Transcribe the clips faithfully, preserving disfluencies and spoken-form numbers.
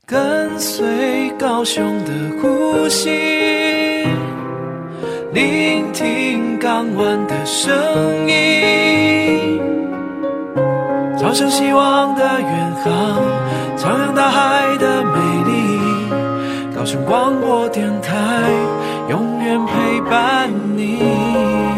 跟随高雄的呼吸，聆听港湾的声音，朝向希望的远航，徜徉大海的美丽。高雄广播电台永远陪伴你。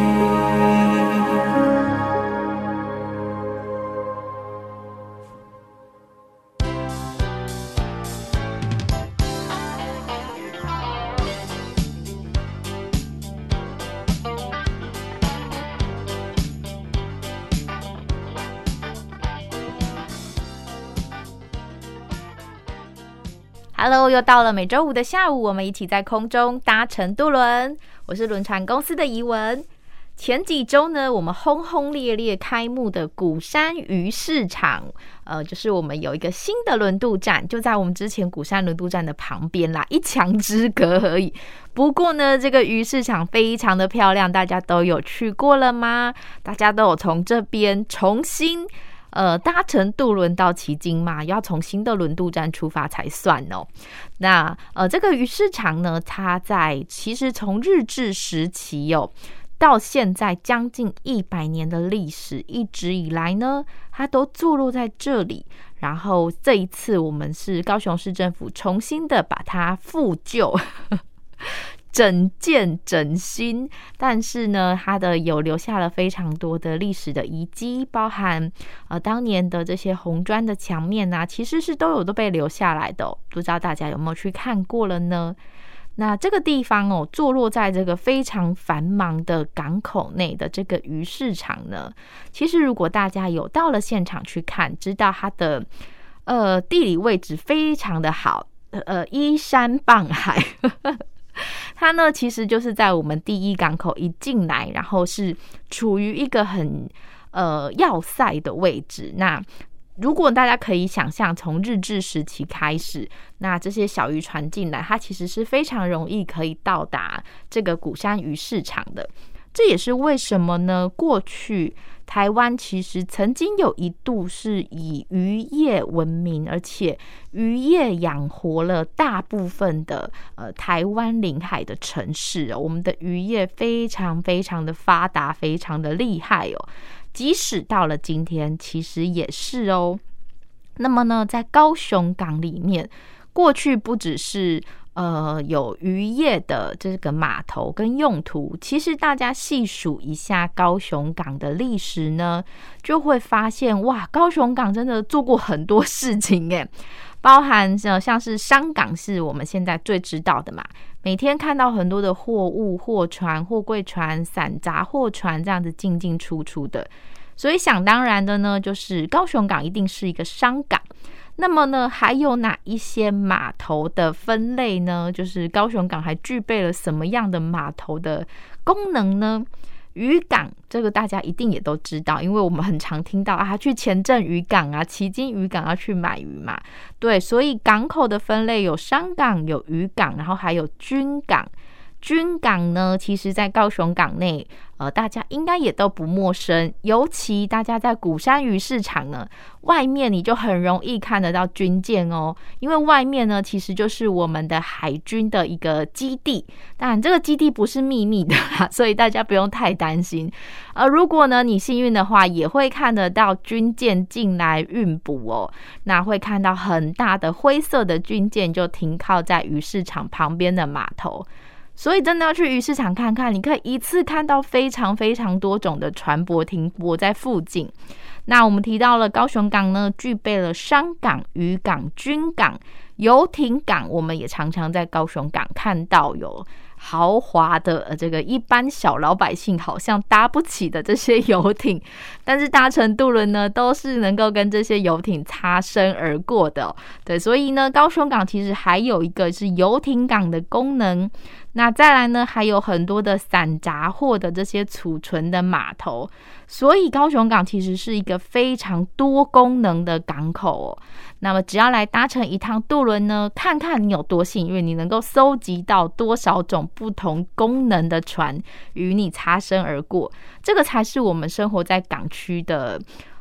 Hello， 又到了每周五的下午，我们一起在空中搭乘渡轮。我是轮船公司的怡文。前几周呢，我们轰轰烈烈开幕的鼓山鱼市场，呃，就是我们有一个新的轮渡站，就在我们之前鼓山轮渡站的旁边啦，一墙之隔而已。不过呢，这个鱼市场非常的漂亮，大家都有去过了吗？大家都有从这边重新呃，搭乘渡轮到旗津嘛，要从新的轮渡站出发才算哦。那呃，这个鱼市场呢，它在其实从日治时期哦，到现在将近一百年的历史，一直以来呢，它都坐落在这里。然后这一次，我们是高雄市政府重新的把它复旧。整建整新，但是呢，它的有留下了非常多的历史的遗迹，包含呃当年的这些红砖的墙面啊，其实是都有都被留下来的哦。不知道大家有没有去看过了呢？那这个地方哦，坐落在这个非常繁忙的港口内的这个鱼市场呢，其实如果大家有到了现场去看，知道它的呃地理位置非常的好，呃依山傍海。它呢，其实就是在我们第一港口一进来，然后是处于一个很呃要塞的位置。那如果大家可以想象，从日治时期开始，那这些小渔船进来，它其实是非常容易可以到达这个鼓山鱼市场的。这也是为什么呢？过去台湾其实曾经有一度是以渔业闻名，而且渔业养活了大部分的呃台湾临海的城市哦。我们的渔业非常非常的发达，非常的厉害哦。即使到了今天，其实也是哦。那么呢，在高雄港里面，过去不只是呃，有渔业的这个码头跟用途，其实大家细数一下高雄港的历史呢，就会发现哇，高雄港真的做过很多事情耶，包含像是商港是我们现在最知道的嘛，每天看到很多的货物、货船、货柜船、散杂货船这样子进进出出的，所以想当然的呢，就是高雄港一定是一个商港。那么呢，还有哪一些码头的分类呢？就是高雄港还具备了什么样的码头的功能呢？渔港这个大家一定也都知道，因为我们很常听到啊，去前镇渔港啊、旗津渔港要去买鱼嘛。对，所以港口的分类有商港、有渔港，然后还有军港。军港呢，其实在高雄港内，呃，大家应该也都不陌生。尤其大家在鼓山鱼市场呢，外面你就很容易看得到军舰哦，因为外面呢其实就是我们的海军的一个基地。当然，这个基地不是秘密的啦，所以大家不用太担心。呃，如果呢你幸运的话，也会看得到军舰进来运补哦。那会看到很大的灰色的军舰就停靠在鱼市场旁边的码头。所以真的要去鱼市场看看，你可以一次看到非常非常多种的船舶停泊在附近。那我们提到了高雄港呢，具备了商港、渔港、军港、游艇港，我们也常常在高雄港看到有豪华的呃，这个一般小老百姓好像搭不起的这些游艇，但是搭乘渡轮呢，都是能够跟这些游艇擦身而过的哦。对，所以呢，高雄港其实还有一个是游艇港的功能。那再来呢，还有很多的散杂货的这些储存的码头，所以高雄港其实是一个非常多功能的港口哦。那么只要来搭乘一趟渡轮呢，看看你有多幸运，你能够搜集到多少种不同功能的船与你擦身而过，这个才是我们生活在港区的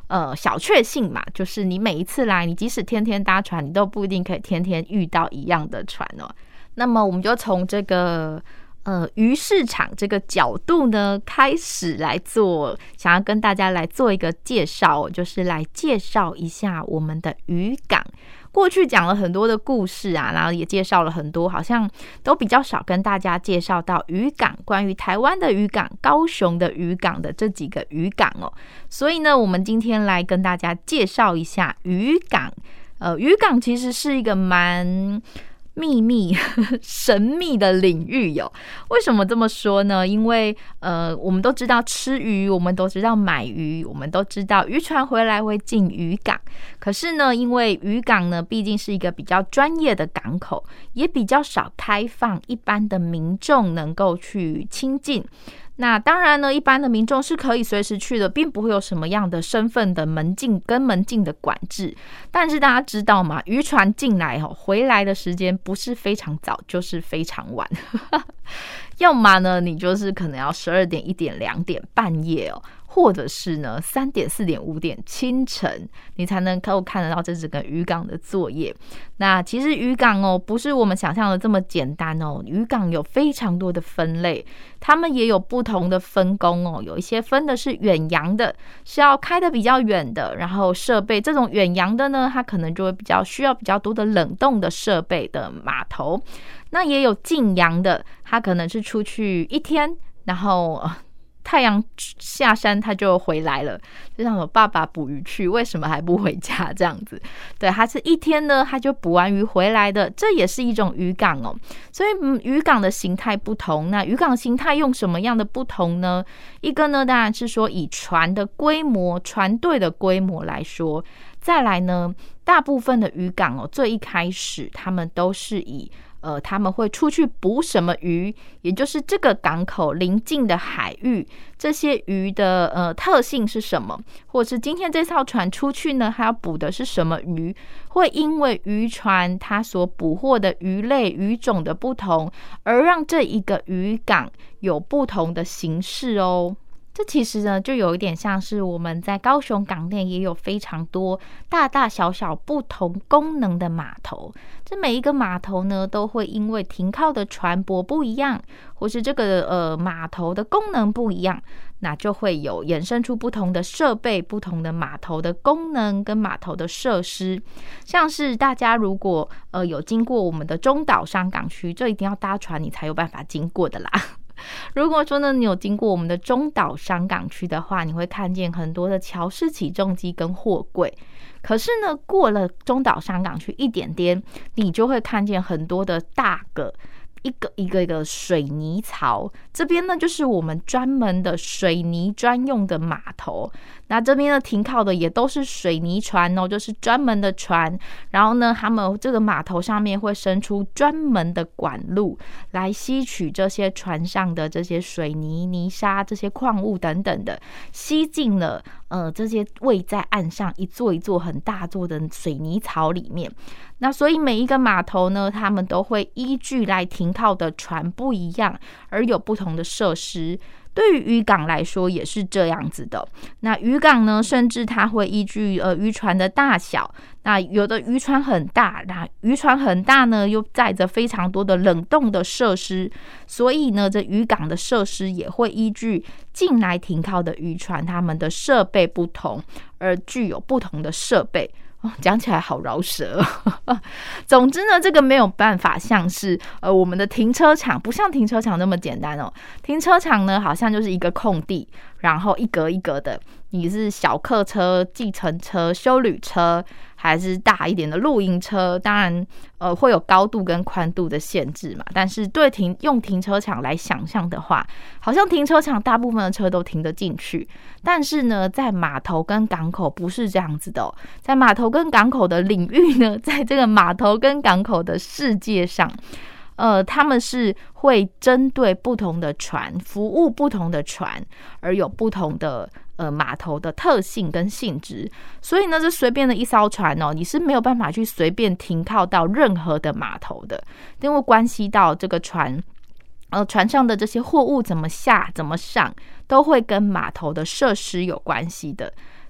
呃小确幸嘛，就是你每一次来，你即使天天搭船，你都不一定可以天天遇到一样的船哦。那么我们就从这个呃鱼市场这个角度呢开始来做，想要跟大家来做一个介绍，就是来介绍一下我们的渔港。过去讲了很多的故事啊，然后也介绍了很多，好像都比较少跟大家介绍到渔港，关于台湾的渔港、高雄的渔港的这几个渔港哦。所以呢，我们今天来跟大家介绍一下渔港。呃，渔港其实是一个蛮秘密神秘的领域有、哦、为什么这么说呢？因为呃，我们都知道吃鱼，我们都知道买鱼，我们都知道渔船回来会进渔港。可是呢，因为渔港呢毕竟是一个比较专业的港口，也比较少开放一般的民众能够去亲近。那当然呢，一般的民众是可以随时去的，并不会有什么样的身份的门禁跟门禁的管制。但是大家知道吗？渔船进来哦，回来的时间不是非常早，就是非常晚。要么呢，你就是可能要十二点、一点、两点半夜哦，或者是呢三点、四点、五点清晨，你才能够看得到这整个渔港的作业。那其实渔港哦，不是我们想象的这么简单哦，渔港有非常多的分类，他们也有不同的分工哦。有一些分的是远洋的，是要开的比较远的，然后设备这种远洋的呢，它可能就会比较需要比较多的冷冻的设备的码头。那也有近洋的，它可能是出去一天，然后、呃、太阳下山它就回来了，就像我爸爸捕鱼去，为什么还不回家这样子？对，它是一天呢，它就捕完鱼回来的，这也是一种渔港哦。所以、嗯、渔港的形态不同，那渔港形态用什么样的不同呢？一个呢，当然是说以船的规模、船队的规模来说，再来呢，大部分的渔港哦，最一开始他们都是以呃，他们会出去捕什么鱼，也就是这个港口邻近的海域，这些鱼的呃特性是什么，或者是今天这艘船出去呢，它要捕的是什么鱼，会因为渔船它所捕获的鱼类、鱼种的不同，而让这一个渔港有不同的形式哦。这其实呢，就有一点像是我们在高雄港内也有非常多大大小小不同功能的码头。这每一个码头呢，都会因为停靠的船舶不一样，或是这个呃码头的功能不一样，那就会有衍生出不同的设备、不同的码头的功能跟码头的设施。像是大家如果呃有经过我们的中岛商港区，这一定要搭船你才有办法经过的啦。如果说呢，你有经过我们的中岛商港区的话，你会看见很多的桥式起重机跟货柜。可是呢，过了中岛商港区一点点，你就会看见很多的大个一个一个一个水泥槽，这边呢就是我们专门的水泥专用的码头。那这边呢停靠的也都是水泥船哦，就是专门的船。然后呢，他们这个码头上面会伸出专门的管路来吸取这些船上的这些水泥、泥沙、这些矿物等等的，吸进了呃这些位在岸上一座一座很大座的水泥槽里面。那所以每一个码头呢，他们都会依据来停靠的船不一样，而有不同的设施。对于渔港来说也是这样子的。那渔港呢，甚至它会依据呃渔船的大小，那有的渔船很大，那渔船很大呢，又载着非常多的冷冻的设施，所以呢，这渔港的设施也会依据进来停靠的渔船，他们的设备不同，而具有不同的设备。哦，讲起来好饶舌哦。总之呢，这个没有办法像是呃我们的停车场，不像停车场那么简单哦。停车场呢，好像就是一个空地，然后一格一格的，你是小客车、计程车、休旅车，还是大一点的露营车，当然呃会有高度跟宽度的限制嘛。但是对停用停车场来想象的话，好像停车场大部分的车都停得进去。但是呢，在码头跟港口不是这样子的哦。在码头跟港口的领域呢，在这个码头跟港口的世界上，呃，他们是会针对不同的船，服务不同的船，而有不同的呃码头的特性跟性质。所以呢，这随便的一艘船哦，你是没有办法去随便停靠到任何的码头的，因为关系到这个船。呃，船上的这些货物怎么下、怎么上，都会跟码头的设施有关系的。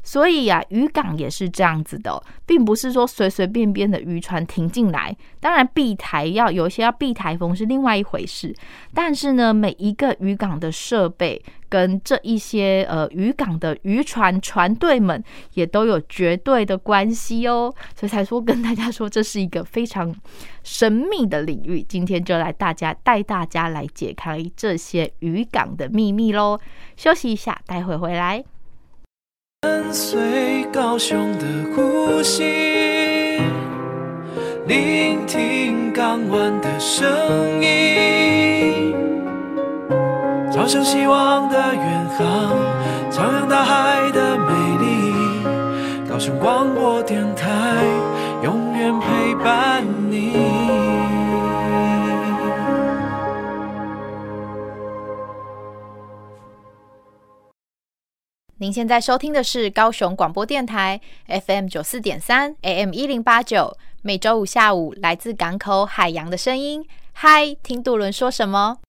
所以啊，渔港也是这样子的哦，并不是说随随便便的渔船停进来。当然避台要有一些要避台风是另外一回事，但是呢，每一个渔港的设备跟这一些呃渔港的渔船船队们也都有绝对的关系哦，所以才说跟大家说这是一个非常神秘的领域。今天就来大家带大家来解开这些渔港的秘密咯。休息一下，待会回来。 跟随高雄的呼吸，聆听港湾的声音，朝向希望的远航，徜徉大海的美丽。高雄广播电台永远陪伴你。 您现在收听的是高雄广播电台 F M 九四点三 A M 一零八九，每周五下午来自港口海洋的声音。嗨，听渡轮说什么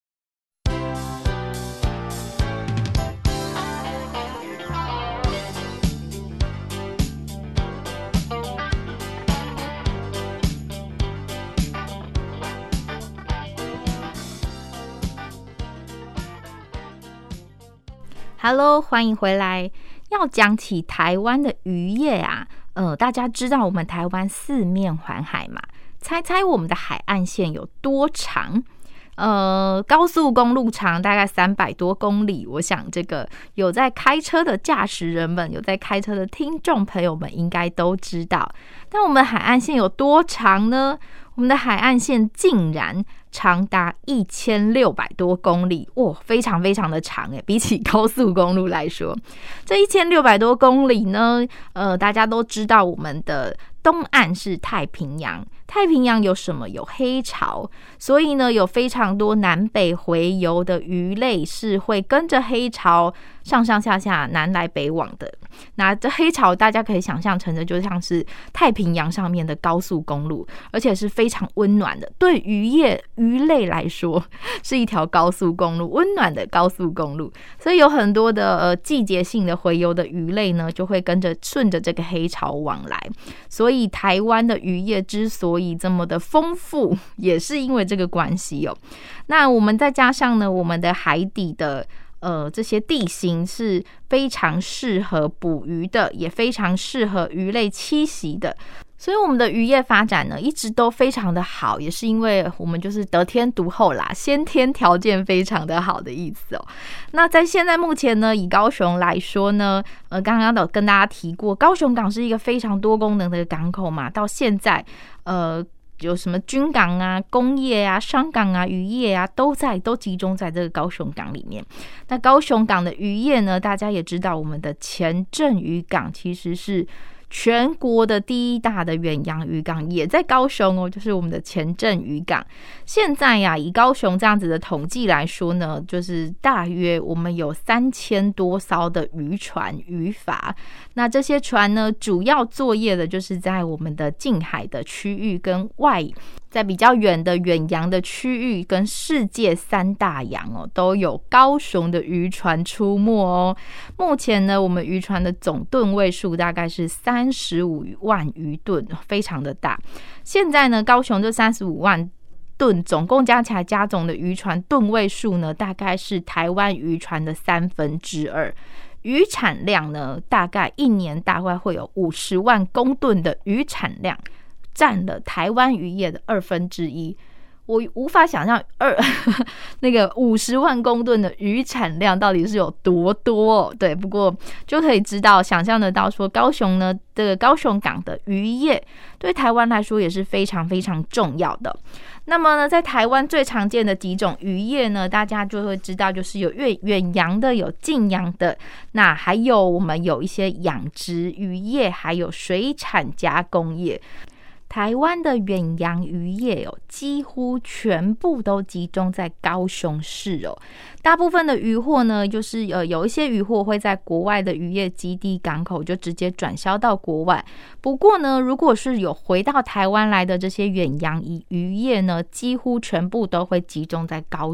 ？Hello， 欢迎回来。要讲起台湾的渔业啊，呃，大家知道我们台湾四面环海嘛？猜猜我们的海岸线有多长？呃，高速公路长大概三百多公里。我想这个有在开车的驾驶人们，有在开车的听众朋友们应该都知道。但我们的海岸线有多长呢？我们的海岸线竟然长达一千六百多公里，哇，非常非常的长诶，比起高速公路来说，这一千六百多公里呢，呃，大家都知道我们的东岸是太平洋，太平洋有什么？有黑潮，所以呢，有非常多南北回游的鱼类是会跟着黑潮上上下下、南来北往的。那这黑潮大家可以想象成的就像是太平洋上面的高速公路，而且是非常温暖的。对渔业鱼类来说，是一条高速公路，温暖的高速公路。所以有很多的呃季节性的回游的鱼类呢，就会跟着顺着这个黑潮往来。所以台湾的渔业之所以这么的丰富，也是因为这个关系哦。那我们再加上呢，我们的海底的呃，这些地形是非常适合捕鱼的，也非常适合鱼类栖息的，所以我们的渔业发展呢，一直都非常的好，也是因为我们就是得天独厚啦，先天条件非常的好的意思哦。那在现在目前呢，以高雄来说呢，呃，刚刚有跟大家提过，高雄港是一个非常多功能的港口嘛，到现在，呃。有什么军港啊、工业啊、商港啊、渔业啊，都在都集中在这个高雄港里面。那高雄港的渔业呢，大家也知道，我们的前镇渔港其实是全国的第一大的远洋渔港，也在高雄哦，就是我们的前镇渔港。现在呀、啊，以高雄这样子的统计来说呢，就是大约我们有三千多艘的渔船渔筏。那这些船呢，主要作业的就是在我们的近海的区域跟外，在比较远的远洋的区域跟世界三大洋哦，都有高雄的渔船出没哦。目前呢，我们渔船的总吨位数大概是三十五万余吨，非常的大。现在呢，高雄这三十五万吨总共加起来加总的渔船吨位数呢，大概是台湾渔船的三分之二。渔产量呢，大概一年大概会有五十万公吨的渔产量，占了台湾渔业的二分之一。我无法想象二那个五十万公吨的渔产量到底是有多多、哦、对，不过就可以知道，想象得到说高雄呢，这个高雄港的渔业对台湾来说也是非常非常重要的。那么呢，在台湾最常见的几种渔业呢，大家就会知道，就是有远远洋的，有近洋的，那还有我们有一些养殖渔业，还有水产加工业。台湾的远洋渔业哦，几乎全部都集中在高雄市哦。大部分的渔获呢，就是呃有一些渔获会在国外的渔业基地港口就直接转销到国外。不过呢，如果是有回到台湾来的这些远洋渔业呢，几乎全部都会集中在高雄。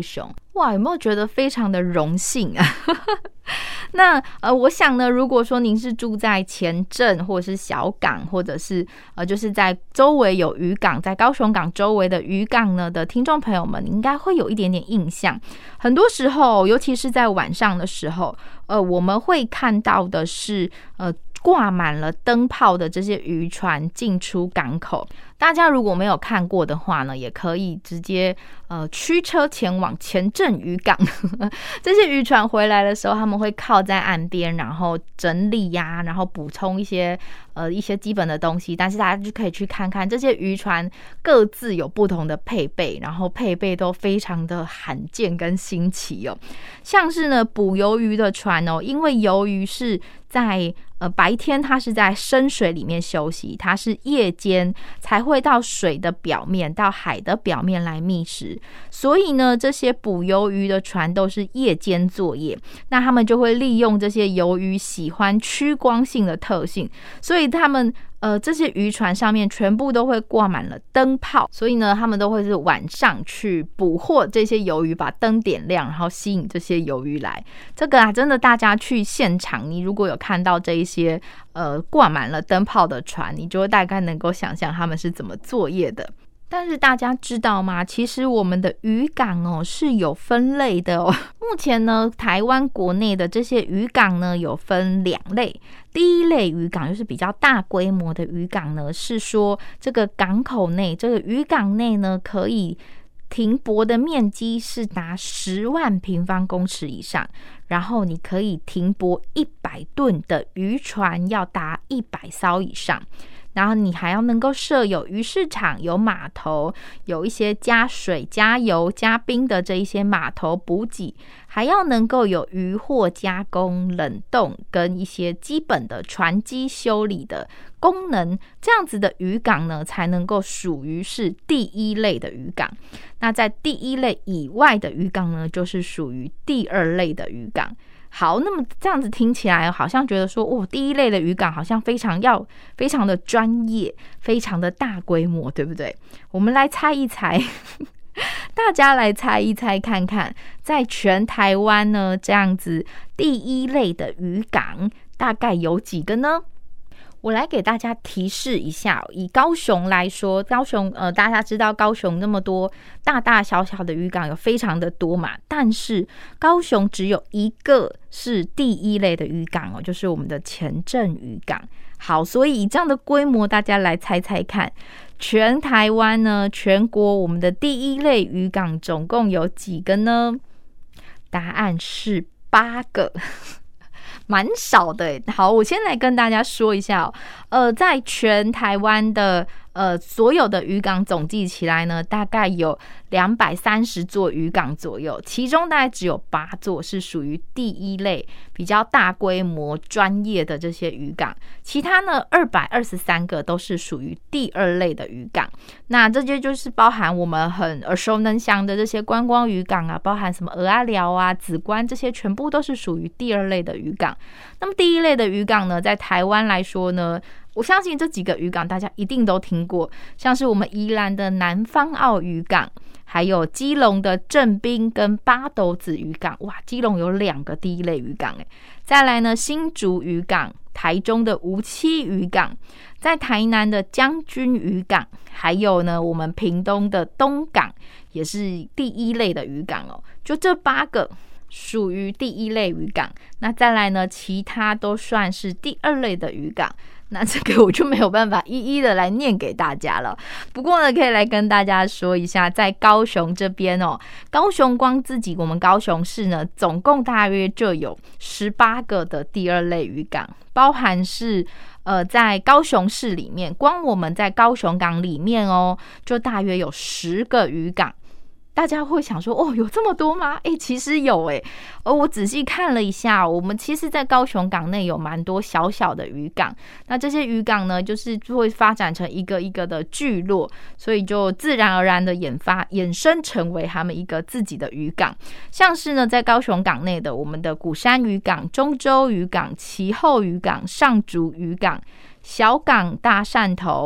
哇，有没有觉得非常的荣幸啊？那呃，我想呢，如果说您是住在前镇或者是小港，或者是呃，就是在周围有渔港，在高雄港周围的渔港呢的听众朋友们，你应该会有一点点印象。很多时候，尤其是在晚上的时候，呃，我们会看到的是呃。挂满了灯泡的这些渔船进出港口，大家如果没有看过的话呢，也可以直接呃驱车前往前镇渔港。这些渔船回来的时候，他们会靠在岸边，然后整理呀、啊，然后补充一些呃一些基本的东西。但是大家就可以去看看这些渔船各自有不同的配备，然后配备都非常的罕见跟新奇哦。像是呢捕鱿鱼的船哦，因为鱿鱼是在呃白天它是在深水里面休息，它是夜间才会到水的表面，到海的表面来觅食，所以呢这些捕鱿鱼的船都是夜间作业，那他们就会利用这些鱿鱼喜欢趋光性的特性，所以他们呃，这些渔船上面全部都会挂满了灯泡，所以呢，他们都会是晚上去捕获这些鱿鱼，把灯点亮，然后吸引这些鱿鱼来。这个啊，真的大家去现场，你如果有看到这一些呃挂满了灯泡的船，你就会大概能够想象他们是怎么作业的。但是大家知道吗？其实我们的渔港哦是有分类的哦。目前呢，台湾国内的这些渔港呢有分两类。第一类渔港就是比较大规模的渔港呢，是说这个港口内，这个渔港内呢可以停泊的面积是达十万平方公尺以上，然后你可以停泊一百吨的渔船要达一百艘以上。然后你还要能够设有鱼市场、有码头、有一些加水、加油、加冰的这一些码头补给，还要能够有渔货加工、冷冻跟一些基本的船机修理的功能，这样子的渔港呢，才能够属于是第一类的渔港。那在第一类以外的渔港呢，就是属于第二类的渔港。好，那么这样子听起来好像觉得说，哦，第一类的渔港好像非常要非常的专业，非常的大规模，对不对？我们来猜一猜，大家来猜一猜看看，在全台湾呢，这样子第一类的渔港大概有几个呢？我来给大家提示一下，以高雄来说，高雄呃，大家知道高雄那么多大大小小的渔港有非常的多嘛，但是高雄只有一个是第一类的渔港哦，就是我们的前镇渔港。好，所以以这样的规模，大家来猜猜看，全台湾呢，全国我们的第一类渔港总共有几个呢？答案是八个。蛮少的耶。好，我先来跟大家说一下哦，呃，在全台湾的呃所有的渔港总计起来呢，大概有两百三十座渔港左右，其中大概只有八座是属于第一类比较大规模专业的这些渔港，其他呢二百二十三个都是属于第二类的渔港。那这些就是包含我们很耳熟能详的这些观光渔港啊，包含什么蚵仔寮啊、梓官，这些全部都是属于第二类的渔港。那么第一类的渔港呢，在台湾来说呢，我相信这几个渔港大家一定都听过，像是我们宜兰的南方澳渔港，还有基隆的正滨跟八斗子渔港。哇，基隆有两个第一类渔港诶。再来呢，新竹渔港、台中的梧栖渔港，在台南的将军渔港，还有呢我们屏东的东港也是第一类的渔港哦。就这八个属于第一类渔港，那再来呢，其他都算是第二类的渔港。那这个我就没有办法一一的来念给大家了。不过呢，可以来跟大家说一下，在高雄这边哦，高雄光自己我们高雄市呢，总共大约就有十八个的第二类渔港，包含是呃在高雄市里面，光我们在高雄港里面哦，就大约有十个渔港。大家会想说，哦，有这么多吗？哎，其实有哎。而我仔细看了一下，我们其实在高雄港内有蛮多小小的渔港。那这些渔港呢，就是会发展成一个一个的聚落，所以就自然而然的研发衍生成为他们一个自己的渔港。像是呢，在高雄港内的我们的鼓山渔港、中州渔港、旗后渔港、上竹渔港、小港、大汕头、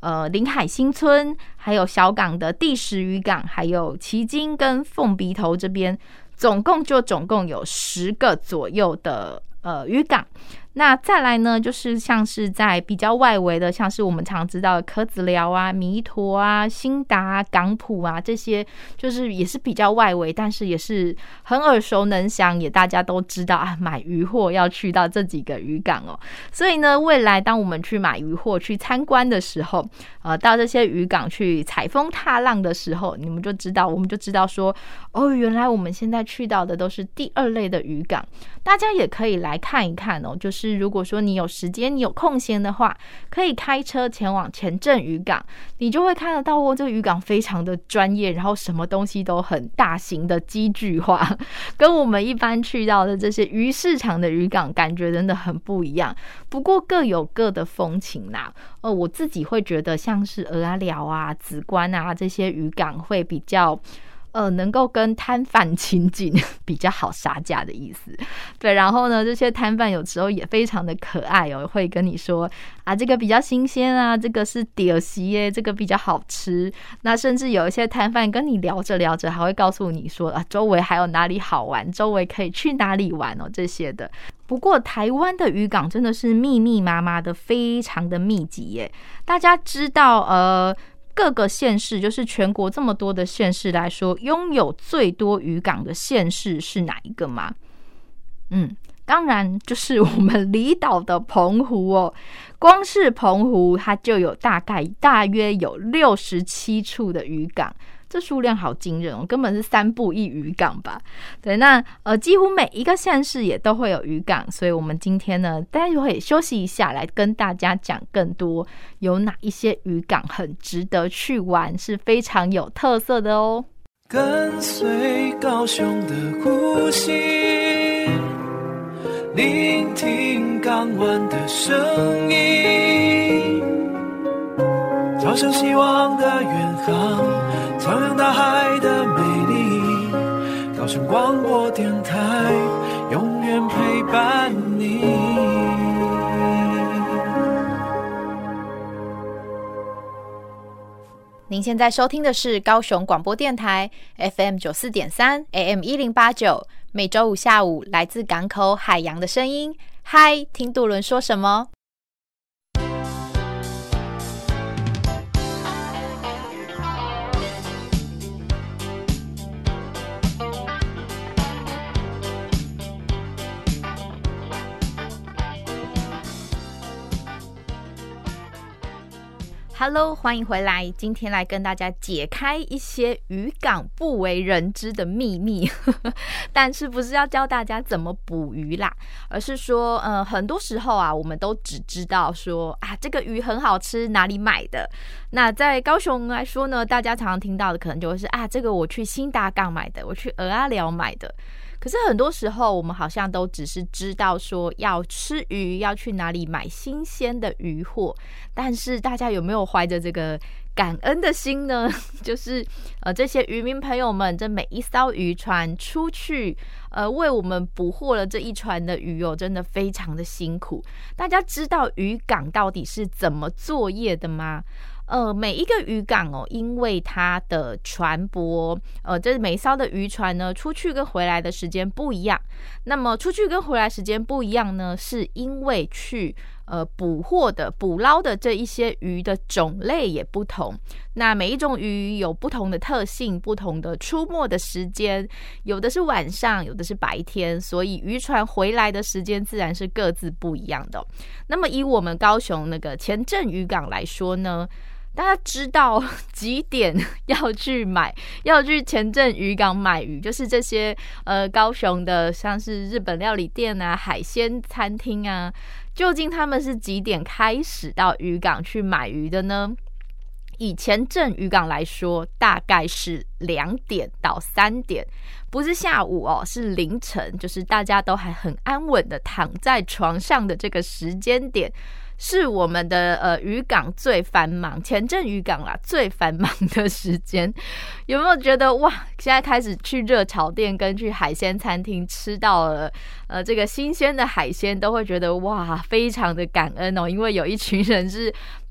呃临海新村，还有小港的第十渔港，还有旗津跟凤鼻头这边，总共就总共有十个左右的呃渔港。那再来呢，就是像是在比较外围的，像是我们常知道的柯子寮啊、弥陀啊、新达啊、港埔啊，这些就是也是比较外围，但是也是很耳熟能详，也大家都知道啊，买渔货要去到这几个渔港哦。所以呢，未来当我们去买渔货、去参观的时候，呃，到这些渔港去采风踏浪的时候，你们就知道，我们就知道说，哦，原来我们现在去到的都是第二类的渔港，大家也可以来看一看哦，就是。是如果说你有时间你有空闲的话，可以开车前往前镇渔港，你就会看得到哦，这个渔港非常的专业，然后什么东西都很大型的机具化，跟我们一般去到的这些鱼市场的渔港感觉真的很不一样，不过各有各的风情啦。呃，我自己会觉得像是蚵仔寮啊、梓官啊这些渔港会比较呃，能够跟摊贩亲近，比较好杀价的意思。对，然后呢，这些摊贩有时候也非常的可爱哦，会跟你说啊，这个比较新鲜啊，这个是屌席耶，这个比较好吃。那甚至有一些摊贩跟你聊着聊着，还会告诉你说啊，周围还有哪里好玩，周围可以去哪里玩哦，这些的。不过台湾的渔港真的是密密麻麻的，非常的密集耶。大家知道呃。各个县市，就是全国这么多的县市来说，拥有最多渔港的县市是哪一个吗？嗯，当然就是我们离岛的澎湖哦。光是澎湖，它就有大概大约有六十七处的渔港。这数量好惊人哦，根本是三步一渔港吧？对，那呃，几乎每一个县市也都会有渔港，所以我们今天呢，待会休息一下，来跟大家讲更多有哪一些渔港很值得去玩，是非常有特色的哦。 跟随高雄的呼吸，聆听港湾的声音，朝向希望的远航，徜徉大海的美丽，高雄广播电台永远陪伴你。 您现在收听的是高雄广播电台 F M 九十四点三 A M 一零八九，每周五下午来自港口海洋的声音。嗨，听渡轮说什么？Hello， 欢迎回来。今天来跟大家解开一些渔港不为人知的秘密，但是不是要教大家怎么捕鱼啦，而是说，呃，很多时候啊，我们都只知道说啊，这个鱼很好吃，哪里买的？那在高雄来说呢，大家常常听到的可能就会是啊，这个我去新达港买的，我去蚵仔寮买的。可是很多时候，我们好像都只是知道说要吃鱼，要去哪里买新鲜的鱼货，但是大家有没有怀着这个感恩的心呢？就是呃，这些渔民朋友们，这每一艘渔船出去，呃，为我们捕获了这一船的鱼哦，真的非常的辛苦。大家知道渔港到底是怎么作业的吗？呃，每一个渔港哦，因为它的船舶，呃，这每一艘的渔船呢，出去跟回来的时间不一样。那么出去跟回来时间不一样呢，是因为去呃捕获的、捕捞的这一些鱼的种类也不同。那每一种鱼有不同的特性、不同的出没的时间，有的是晚上，有的是白天，所以渔船回来的时间自然是各自不一样的哦。那么以我们高雄那个前镇渔港来说呢，大家知道几点要去买，要去前镇渔港买鱼，就是这些呃高雄的像是日本料理店啊、海鲜餐厅啊，究竟他们是几点开始到渔港去买鱼的呢？以前镇渔港来说，大概是两点到三点，不是下午哦，是凌晨，就是大家都还很安稳的躺在床上的这个时间点，是我们的呃渔港最繁忙，前镇渔港啦最繁忙的时间。有没有觉得哇，现在开始去热炒店跟去海鲜餐厅吃到了呃这个新鲜的海鲜，都会觉得哇非常的感恩哦，因为有一群人是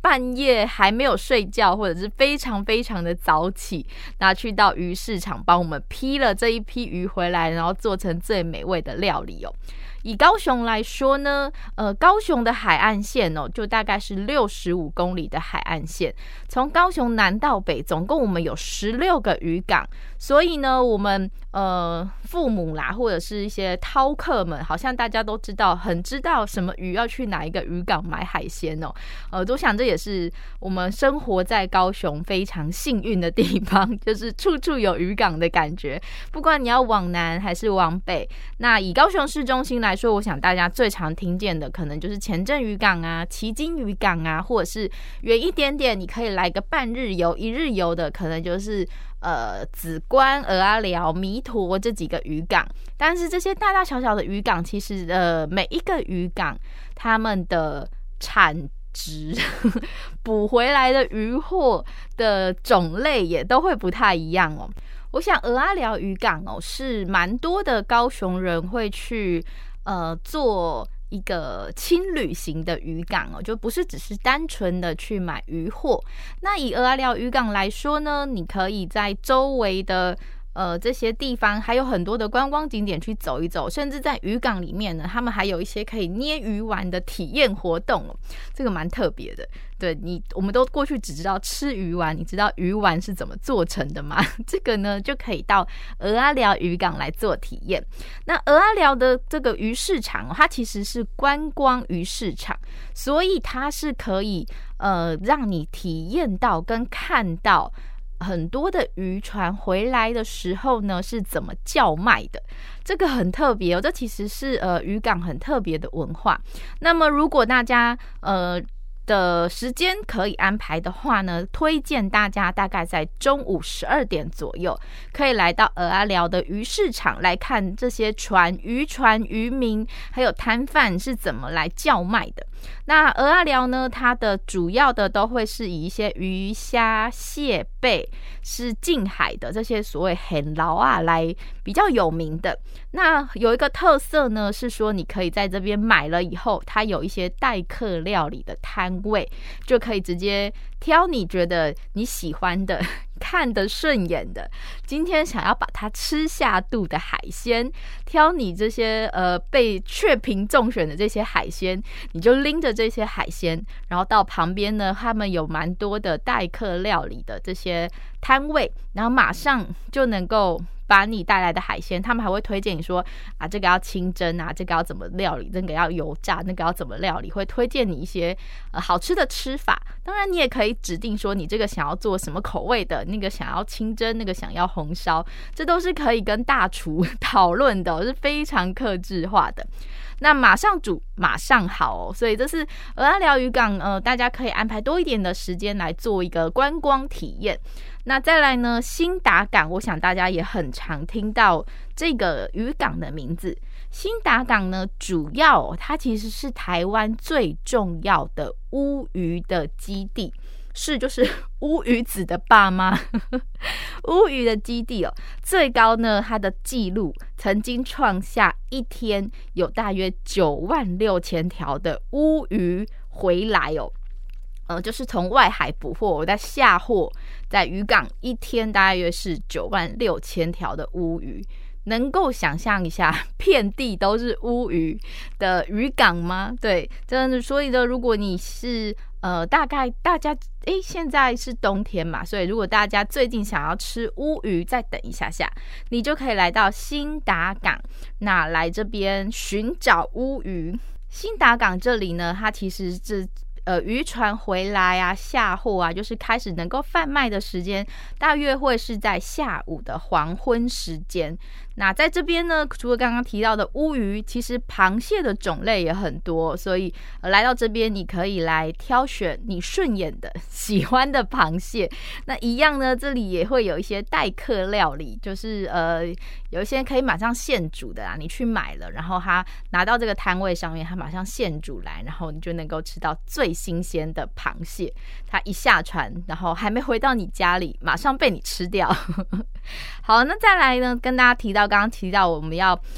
半夜还没有睡觉，或者是非常非常的早起，那去到鱼市场帮我们批了这一批鱼回来，然后做成最美味的料理哦。以高雄来说呢，呃，高雄的海岸线哦，就大概是六十五公里的海岸线，从高雄南到北，总共我们有十六个渔港，所以呢，我们呃父母啦，或者是一些饕客们，好像大家都知道，很知道什么鱼要去哪一个渔港买海鲜哦。呃，我想这也是我们生活在高雄非常幸运的地方，就是处处有渔港的感觉，不管你要往南还是往北。那以高雄市中心来说，我想大家最常听见的可能就是前镇渔港啊、旗津渔港啊，或者是远一点点你可以来个半日游、一日游的，可能就是呃梓官、蚵仔寮、弥陀这几个渔港。但是这些大大小小的渔港，其实呃每一个渔港他们的产值捕回来的渔获的种类也都会不太一样哦。我想蚵仔寮渔港哦是蛮多的高雄人会去呃做一个轻旅行的渔港哦，就不是只是单纯的去买渔货。那以蚵仔寮渔港来说呢，你可以在周围的呃，这些地方还有很多的观光景点去走一走，甚至在渔港里面呢，他们还有一些可以捏鱼丸的体验活动哦，这个蛮特别的。对你，我们都过去只知道吃鱼丸，你知道鱼丸是怎么做成的吗？这个呢，就可以到蚵仔寮渔港来做体验。那蚵仔寮的这个鱼市场哦，它其实是观光鱼市场，所以它是可以呃让你体验到跟看到很多的渔船回来的时候呢，是怎么叫卖的？这个很特别哦，这其实是呃渔港很特别的文化。那么如果大家呃的时间可以安排的话呢，推荐大家大概在中午十二点左右，可以来到蚵仔寮的鱼市场来看这些船、渔船、渔民还有摊贩是怎么来叫卖的。那蚵仔寮呢，它的主要的都会是以一些鱼虾蟹贝是近海的这些所谓很老啊来比较有名的。那有一个特色呢，是说你可以在这边买了以后，它有一些待客料理的摊位，就可以直接挑你觉得你喜欢的、看得顺眼的，今天想要把它吃下肚的海鲜，挑你这些呃被确评中选的这些海鲜，你就拎着这些海鲜，然后到旁边呢，他们有蛮多的待客料理的这些摊位，然后马上就能够把你带来的海鲜，他们还会推荐你说啊，这个要清蒸啊，这个要怎么料理，这个要油炸，那个要怎么料理，会推荐你一些呃好吃的吃法。当然，你也可以指定说你这个想要做什么口味的，那个想要清蒸，那个想要红烧，这都是可以跟大厨讨论的、哦，是非常客制化的。那马上煮，马上好哦，所以这是蚵仔寮渔港，呃，大家可以安排多一点的时间来做一个观光体验。那再来呢，兴达港，我想大家也很常听到这个渔港的名字。兴达港呢，主要、哦、它其实是台湾最重要的乌鱼的基地。是就是乌鱼子的爸妈乌鱼的基地哦，最高呢，它的记录曾经创下一天有大约九万六千条的乌鱼回来哦。呃，就是从外海捕获，我在下货，在渔港一天大约是九万六千条的乌鱼。能够想象一下，遍地都是乌鱼的渔港吗？对，真的。所以呢，如果你是呃，大概大家诶，现在是冬天嘛，所以如果大家最近想要吃乌鱼，再等一下下，你就可以来到兴达港，那来这边寻找乌鱼。兴达港这里呢，它其实是呃，渔船回来啊，下货啊，就是开始能够贩卖的时间，大约会是在下午的黄昏时间。那在这边呢，除了刚刚提到的乌鱼，其实螃蟹的种类也很多，所以、呃、来到这边，你可以来挑选你顺眼的、喜欢的螃蟹。那一样呢，这里也会有一些待客料理，就是呃，有一些可以马上现煮的啊，你去买了，然后他拿到这个摊位上面，他马上现煮来，然后你就能够吃到最新鲜的螃蟹。它一下船，然后还没回到你家里，马上被你吃掉。好，那再来呢，跟大家提到刚刚提到我们要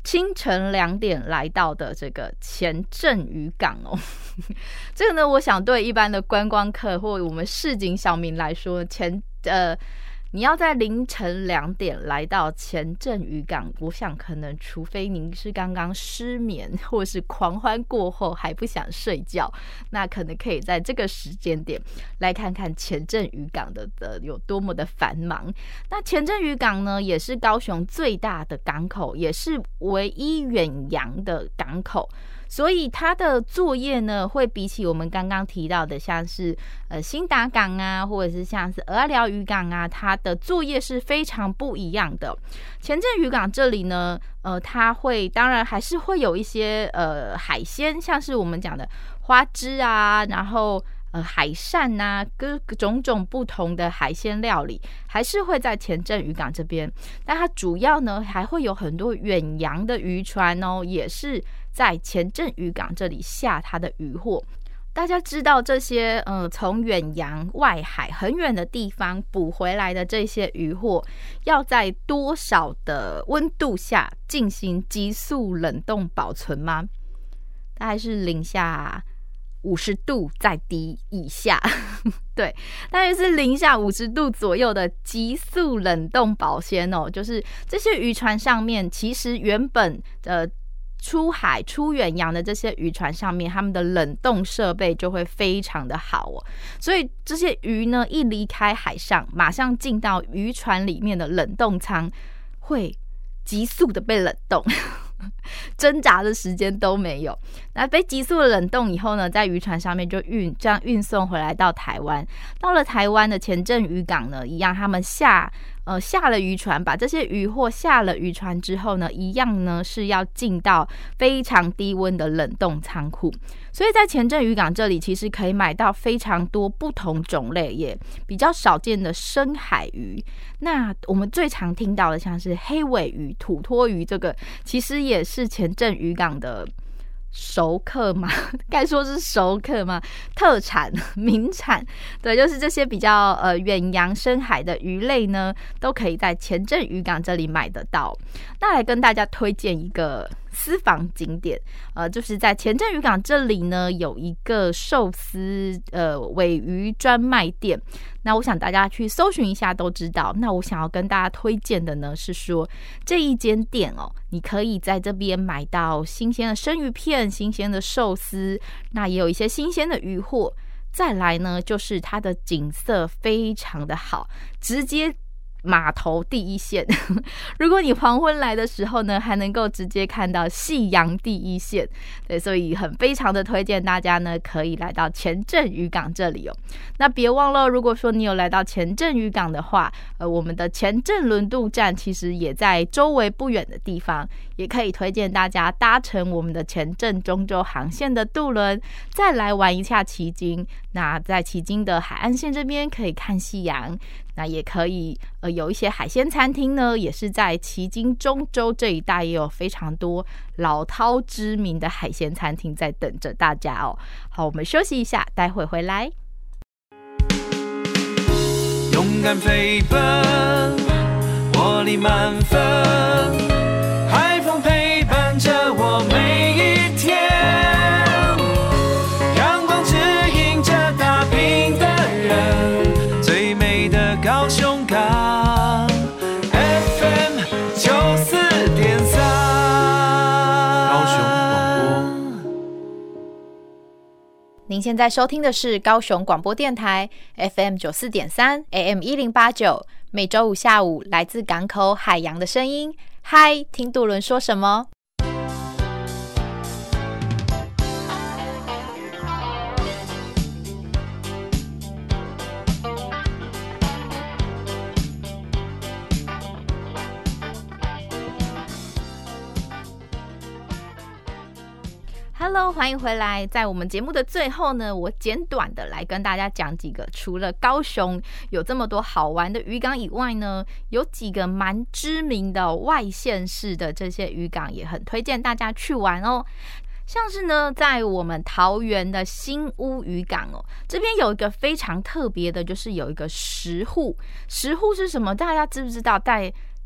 清晨两点来到的这个前镇渔港哦，这个呢，我想对一般的观光客或我们市井小民来说，前呃。你要在凌晨两点来到前镇渔港，我想可能除非您是刚刚失眠或是狂欢过后还不想睡觉，那可能可以在这个时间点来看看前镇渔港的的有多么的繁忙。那前镇渔港呢，也是高雄最大的港口，也是唯一远洋的港口。所以它的作业呢，会比起我们刚刚提到的，像是呃新达港啊，或者是像是蚵仔寮渔港啊，它的作业是非常不一样的。前镇渔港这里呢，呃，它会当然还是会有一些呃海鲜，像是我们讲的花枝啊，然后呃海扇啊，各种种不同的海鲜料理，还是会在前镇渔港这边。但它主要呢，还会有很多远洋的渔船哦，也是在前镇渔港这里下它的渔获。大家知道这些呃从远洋外海很远的地方捕回来的这些渔获，要在多少的温度下进行急速冷冻保存吗？大概是零下五十度再低以下，对，大约是零下五十度左右的急速冷冻保鲜哦。就是这些渔船上面，其实原本呃出海出远洋的这些渔船上面，他们的冷冻设备就会非常的好哦。所以这些鱼呢，一离开海上，马上进到渔船里面的冷冻舱，会急速的被冷冻。挣扎的时间都没有。那被急速的冷冻以后呢，在渔船上面就运这样运送回来到台湾。到了台湾的前镇渔港呢，一样他们下呃下了渔船，把这些渔获下了渔船之后呢，一样呢是要进到非常低温的冷冻仓库。所以在前镇渔港这里，其实可以买到非常多不同种类也比较少见的深海鱼。那我们最常听到的像是黑尾鱼、土托鱼，这个其实也是前镇渔港的熟客吗？该说是熟客吗？特产、名产，对，就是这些比较呃远洋深海的鱼类呢，都可以在前镇渔港这里买得到。那来跟大家推荐一个私房景点，呃，就是在前镇渔港这里呢，有一个寿司呃鮪鱼专卖店。那我想大家去搜寻一下都知道。那我想要跟大家推荐的呢，是说这一间店哦，你可以在这边买到新鲜的生鱼片、新鲜的寿司，那也有一些新鲜的鱼货。再来呢，就是它的景色非常的好，直接码头第一线。如果你黄昏来的时候呢，还能够直接看到夕阳第一线。对，所以很非常的推荐大家呢，可以来到前镇渔港这里哦。那别忘了，如果说你有来到前镇渔港的话，呃，我们的前镇轮渡站其实也在周围不远的地方，也可以推荐大家搭乘我们的前镇中州航线的渡轮，再来玩一下旗津。那在旗津的海岸线这边可以看夕阳。那也可以呃有一些海鲜餐厅呢，也是在旗津中州这一带，也有非常多老饕知名的海鲜餐厅在等着大家哦。好，我们休息一下，待会回来。 勇敢飞奔，活力满分，海风陪伴着我每一天，阳光指引着打拼的人，最美的高雄港 F M 九四点三，高雄广播。 您现在收听的是高雄广播电台 F M 九四点三 A M 一零八九，每周五下午来自港口海洋的声音。嗨，听渡轮说什么？Hello， 欢迎回来。在我们节目的最后呢，我简短的来跟大家讲几个，除了高雄有这么多好玩的渔港以外呢，有几个蛮知名的外县市的这些渔港，也很推荐大家去玩哦。像是呢，在我们桃园的新屋渔港哦，这边有一个非常特别的，就是有一个石户。石户是什么？大家知不知道？在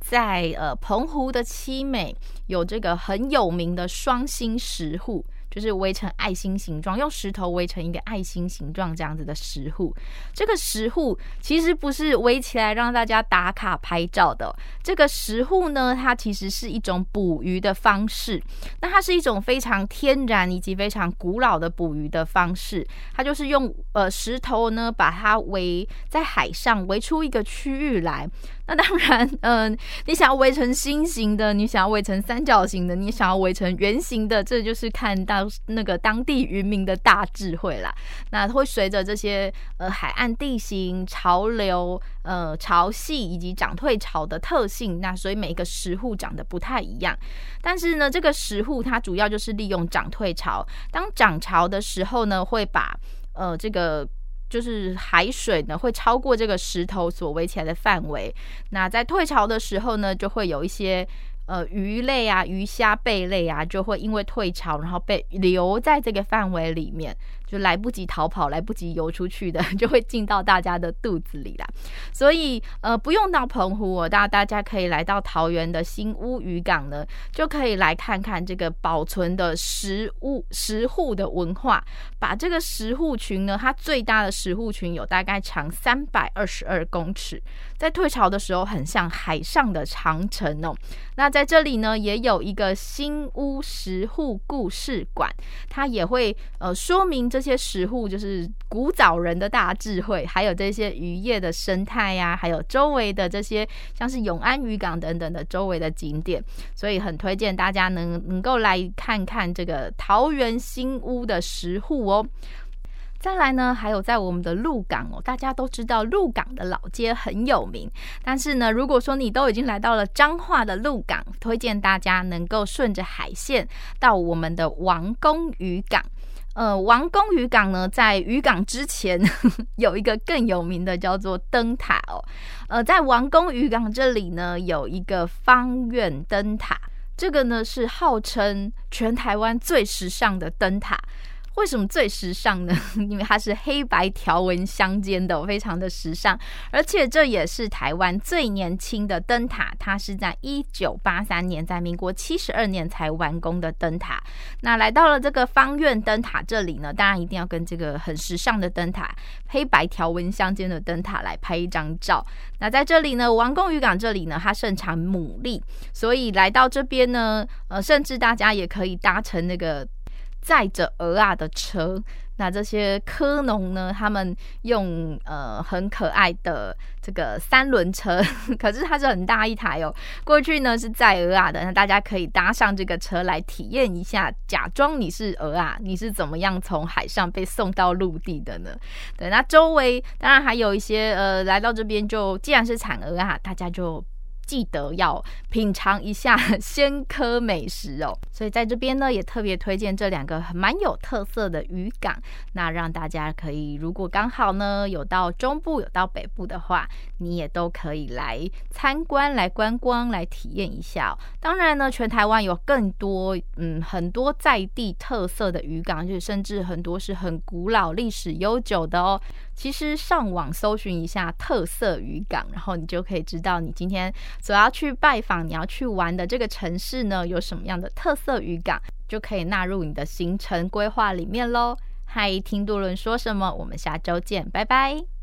在呃澎湖的七美有这个很有名的双星石户，就是围成爱心形状，用石头围成一个爱心形状这样子的石户。这个石户其实不是围起来让大家打卡拍照的、哦，这个石户呢，它其实是一种捕鱼的方式。那它是一种非常天然以及非常古老的捕鱼的方式，它就是用呃石头呢把它围在海上，围出一个区域来。那当然，嗯、呃，你想要围成心形的，你想要围成三角形的，你想要围成圆形的，这就是看到那个当地渔民的大智慧啦。那会随着这些呃海岸地形、潮流、呃潮汐以及涨退潮的特性，那所以每个石户长得不太一样。但是呢，这个石户它主要就是利用涨退潮，当涨潮的时候呢，会把呃这个。就是海水呢会超过这个石头所围起来的范围，那在退潮的时候呢，就会有一些呃鱼类啊、鱼虾、贝类啊，就会因为退潮，然后被留在这个范围里面，就来不及逃跑、来不及游出去的，就会进到大家的肚子里啦。所以呃，不用到澎湖哦，大大家可以来到桃园的新屋渔港呢，就可以来看看这个保存的石屋石户的文化。把这个石户群呢，它最大的石户群有大概长三百二十二公尺，在退潮的时候很像海上的长城哦。那在这里呢，也有一个新屋石户故事馆，它也会呃说明这些石户就是古早人的大智慧，还有这些渔业的生态呀、啊，还有周围的这些像是永安渔港等等的周围的景点，所以很推荐大家能能够来看看这个桃园新屋的石户哦。再来呢，还有在我们的鹿港哦，大家都知道鹿港的老街很有名，但是呢，如果说你都已经来到了彰化的鹿港，推荐大家能够顺着海线到我们的王宫渔港。呃，王宫渔港呢，在渔港之前呵呵有一个更有名的叫做灯塔哦。呃，在王宫渔港这里呢，有一个方院灯塔，这个呢是号称全台湾最时尚的灯塔。为什么最时尚呢？因为它是黑白条纹相间的，非常的时尚，而且这也是台湾最年轻的灯塔，它是在一九八三年，在民国七十二年才完工的灯塔。那来到了这个方院灯塔这里呢，当然一定要跟这个很时尚的灯塔、黑白条纹相间的灯塔来拍一张照。那在这里呢，王宫渔港这里呢，它盛产牡蛎，所以来到这边呢，呃，甚至大家也可以搭乘那个载着蚵仔的车。那这些科农呢，他们用呃很可爱的这个三轮车，可是它是很大一台哦。过去呢是载蚵仔的，那大家可以搭上这个车来体验一下，假装你是蚵仔，你是怎么样从海上被送到陆地的呢？对，那周围当然还有一些呃，来到这边就既然是产蚵仔，大家就记得要品尝一下鲜科美食哦，所以在这边呢也特别推荐这两个蛮有特色的渔港，那让大家可以如果刚好呢有到中部有到北部的话，你也都可以来参观、来观光、来体验一下哦。当然呢，全台湾有更多嗯很多在地特色的渔港，就甚至很多是很古老、历史悠久的哦。其实上网搜寻一下特色渔港，然后你就可以知道你今天所要去拜访、你要去玩的这个城市呢，有什么样的特色渔港，就可以纳入你的行程规划里面咯。嗨，听渡轮说什么？我们下周见，拜拜。